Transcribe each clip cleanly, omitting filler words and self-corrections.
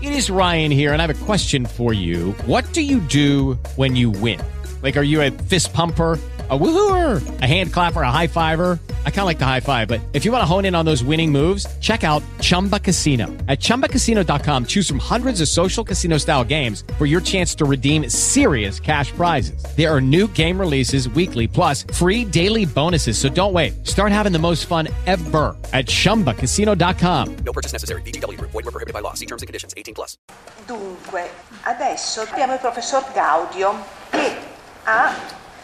It is Ryan here, and I have a question for you. What do you do when you win? Like, are you a fist pumper, a woohooer, a hand clapper, a high fiver? I kind of like the high five, but if you want to hone in on those winning moves, check out Chumba Casino. At ChumbaCasino.com, choose from hundreds of social casino-style games for your chance to redeem serious cash prizes. There are new game releases weekly, plus free daily bonuses, so don't wait. Start having the most fun ever at ChumbaCasino.com. No purchase necessary. VGW Group. Void where prohibited by law. See terms and conditions. 18+. Dunque, adesso abbiamo il professor Gaudio che ha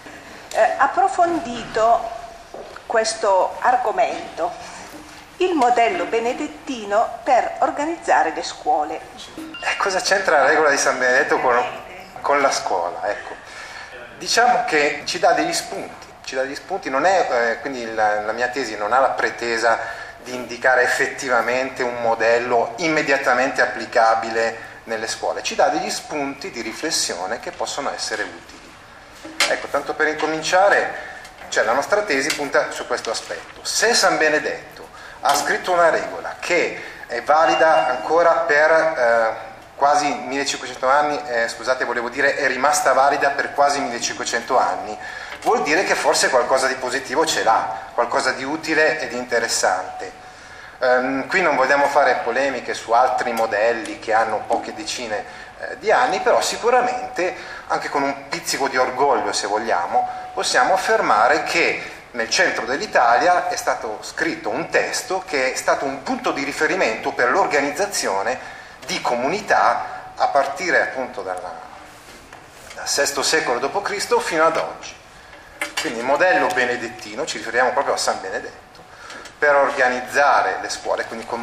approfondito questo argomento, il modello benedettino per organizzare le scuole. Cosa c'entra la regola di San Benedetto con la scuola? Ecco, diciamo che ci dà degli spunti, non è, quindi la mia tesi non ha la pretesa di indicare effettivamente un modello immediatamente applicabile nelle scuole, ci dà degli spunti di riflessione che possono essere utili. Ecco, tanto per incominciare, la nostra tesi punta su questo aspetto. Se San Benedetto ha scritto una regola che è valida ancora per quasi 1500 anni, volevo dire è rimasta valida per quasi 1500 anni, vuol dire che forse qualcosa di positivo ce l'ha, qualcosa di utile e di interessante. Qui non vogliamo fare polemiche su altri modelli che hanno poche decine di anni, però sicuramente, anche con un pizzico di orgoglio se vogliamo, possiamo affermare che nel centro dell'Italia è stato scritto un testo che è stato un punto di riferimento per l'organizzazione di comunità a partire appunto dal VI secolo d.C. fino ad oggi. Quindi il modello benedettino, ci riferiamo proprio a San Benedetto, per organizzare le scuole, quindi con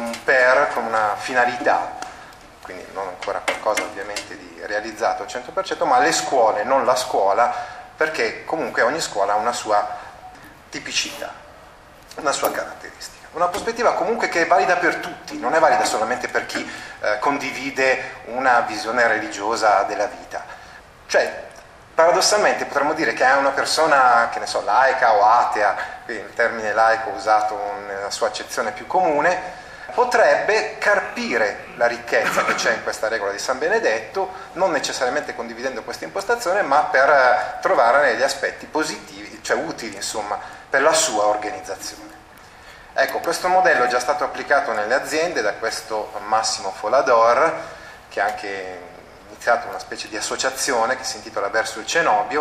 una finalità, quindi non ancora qualcosa ovviamente di realizzato al 100%, ma le scuole, non la scuola, perché comunque ogni scuola ha una sua tipicità, una sua caratteristica. Una prospettiva comunque che è valida per tutti, non è valida solamente per chi condivide una visione religiosa della vita. Cioè, paradossalmente potremmo dire che è una persona, che ne so, laica o atea, qui il termine laico usato nella sua accezione più comune, potrebbe carpire la ricchezza che c'è in questa regola di San Benedetto, non necessariamente condividendo questa impostazione, ma per trovare degli aspetti positivi, cioè utili, insomma, per la sua organizzazione. Ecco, questo modello è già stato applicato nelle aziende da questo Massimo Folador, che ha anche iniziato una specie di associazione che si intitola Verso il Cenobio,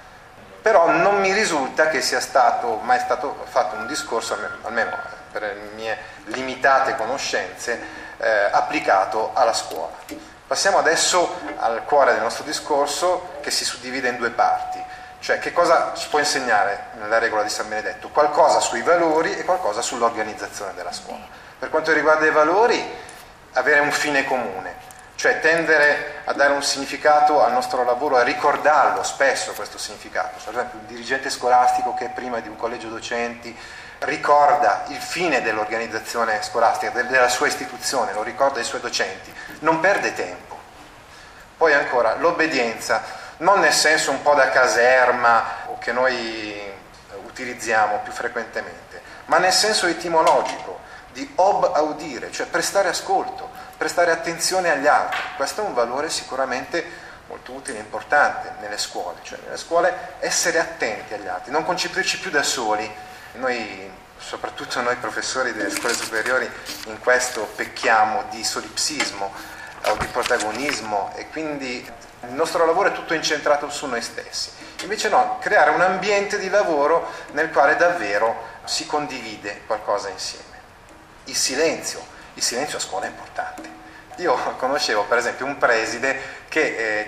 però non mi risulta che sia mai stato fatto un discorso, almeno per le mie limitate conoscenze, applicato alla scuola. Passiamo adesso al cuore del nostro discorso, che si suddivide in due parti. Cioè, che cosa ci può insegnare nella regola di San Benedetto? Qualcosa sui valori e qualcosa sull'organizzazione della scuola. Per quanto riguarda i valori, avere un fine comune, cioè tendere a dare un significato al nostro lavoro, a ricordarlo spesso questo significato. Per esempio, un dirigente scolastico che prima di un collegio docenti ricorda il fine dell'organizzazione scolastica, della sua istituzione, lo ricorda ai suoi docenti, non perde tempo. Poi ancora, l'obbedienza, non nel senso un po' da caserma o che noi utilizziamo più frequentemente, ma nel senso etimologico di ob audire, cioè prestare ascolto, prestare attenzione agli altri. Questo è un valore sicuramente molto utile e importante nelle scuole, cioè nelle scuole essere attenti agli altri, non concepirci più da soli. Noi, soprattutto noi professori delle scuole superiori, in questo pecchiamo di solipsismo o di protagonismo, e quindi il nostro lavoro è tutto incentrato su noi stessi. Invece no, creare un ambiente di lavoro nel quale davvero si condivide qualcosa insieme. Il silenzio a scuola è importante. Io conoscevo per esempio un preside che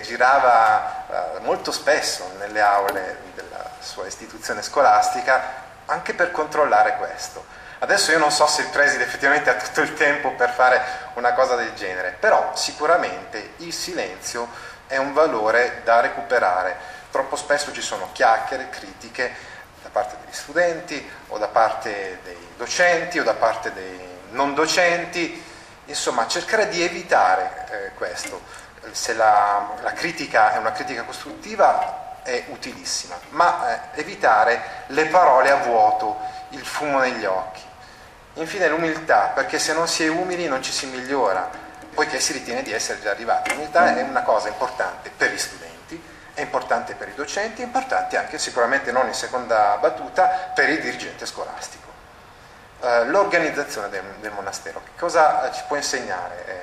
girava molto spesso nelle aule della sua istituzione scolastica anche per controllare questo. Adesso io non so se il preside effettivamente ha tutto il tempo per fare una cosa del genere, però sicuramente il silenzio è un valore da recuperare. Troppo spesso ci sono chiacchiere, critiche da parte degli studenti o da parte dei docenti o da parte dei non docenti, insomma cercare di evitare questo. Se la critica è una critica costruttiva è utilissima, ma evitare le parole a vuoto, il fumo negli occhi. Infine l'umiltà, perché se non si è umili non ci si migliora. poiché si ritiene di essere già arrivati. L'umiltà è una cosa importante per gli studenti, è importante per i docenti, è importante anche, sicuramente non in seconda battuta, per il dirigente scolastico. L'organizzazione del monastero, che cosa ci può insegnare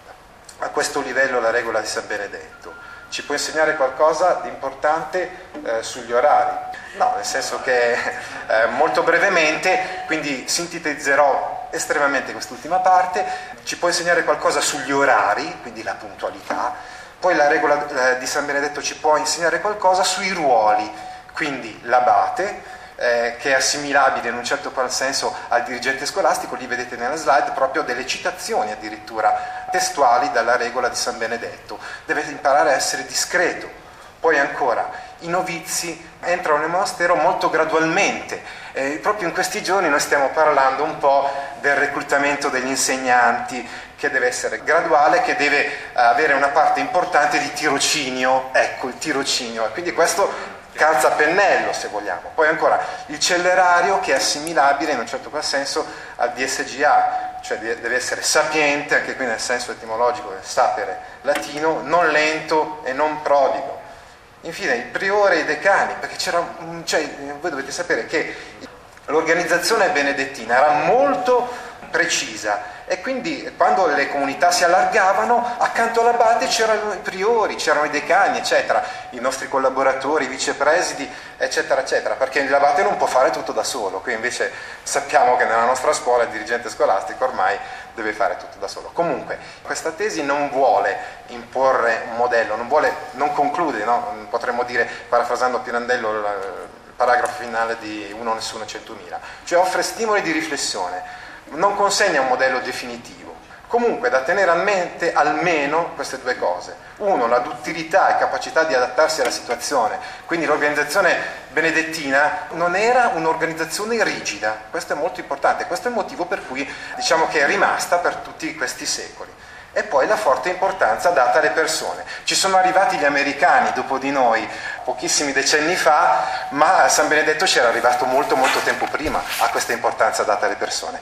a questo livello la regola di San Benedetto? Ci può insegnare qualcosa di importante sugli orari? No, nel senso che molto brevemente, quindi sintetizzerò estremamente quest'ultima parte, ci può insegnare qualcosa sugli orari, quindi la puntualità. Poi la regola di San Benedetto ci può insegnare qualcosa sui ruoli, quindi l'abate, che è assimilabile in un certo qual senso al dirigente scolastico. Lì vedete nella slide proprio delle citazioni addirittura testuali dalla regola di San Benedetto. Deve imparare a essere discreto. Poi ancora, i novizi entrano nel monastero molto gradualmente. Proprio in questi giorni noi stiamo parlando un po' del reclutamento degli insegnanti, che deve essere graduale, che deve avere una parte importante di tirocinio. Ecco, il tirocinio. E quindi questo calza a pennello, se vogliamo. Poi ancora il cellerario, che è assimilabile in un certo qual senso al DSGA, cioè deve essere sapiente, anche qui nel senso etimologico del sapere latino, non lento e non prodigo. Infine il priore e i decani, perché voi dovete sapere che l'organizzazione benedettina era molto precisa, e quindi quando le comunità si allargavano, accanto all'abate c'erano i priori, c'erano i decani, eccetera, i nostri collaboratori, i vicepresidi, eccetera, eccetera, perché l'abate non può fare tutto da solo. Qui invece sappiamo che nella nostra scuola il dirigente scolastico ormai deve fare tutto da solo. Comunque questa tesi non vuole imporre un modello, non conclude, no? Potremmo dire, parafrasando Pirandello, il paragrafo finale di Uno, Nessuno, 100.000, cioè offre stimoli di riflessione, non consegna un modello definitivo. Comunque da tenere a mente almeno queste due cose: uno, la duttilità e capacità di adattarsi alla situazione. Quindi l'organizzazione benedettina non era un'organizzazione rigida, questo è molto importante, questo è il motivo per cui diciamo che è rimasta per tutti questi secoli. E poi la forte importanza data alle persone. Ci sono arrivati gli americani dopo di noi pochissimi decenni fa, ma San Benedetto c'era arrivato molto molto tempo prima a questa importanza data alle persone.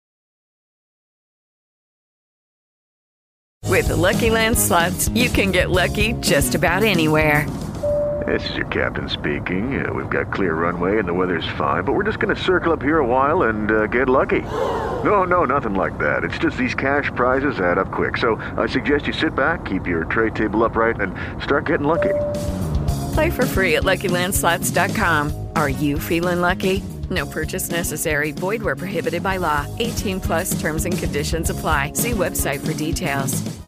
With the Lucky Land Slots, you can get lucky just about anywhere. This is your captain speaking. We've got clear runway and the weather's fine, but we're just going to circle up here a while and get lucky. No, nothing like that. It's just these cash prizes add up quick. So I suggest you sit back, keep your tray table upright, and start getting lucky. Play for free at LuckyLandSlots.com. Are you feeling lucky? No purchase necessary. Void where prohibited by law. 18+ terms and conditions apply. See website for details.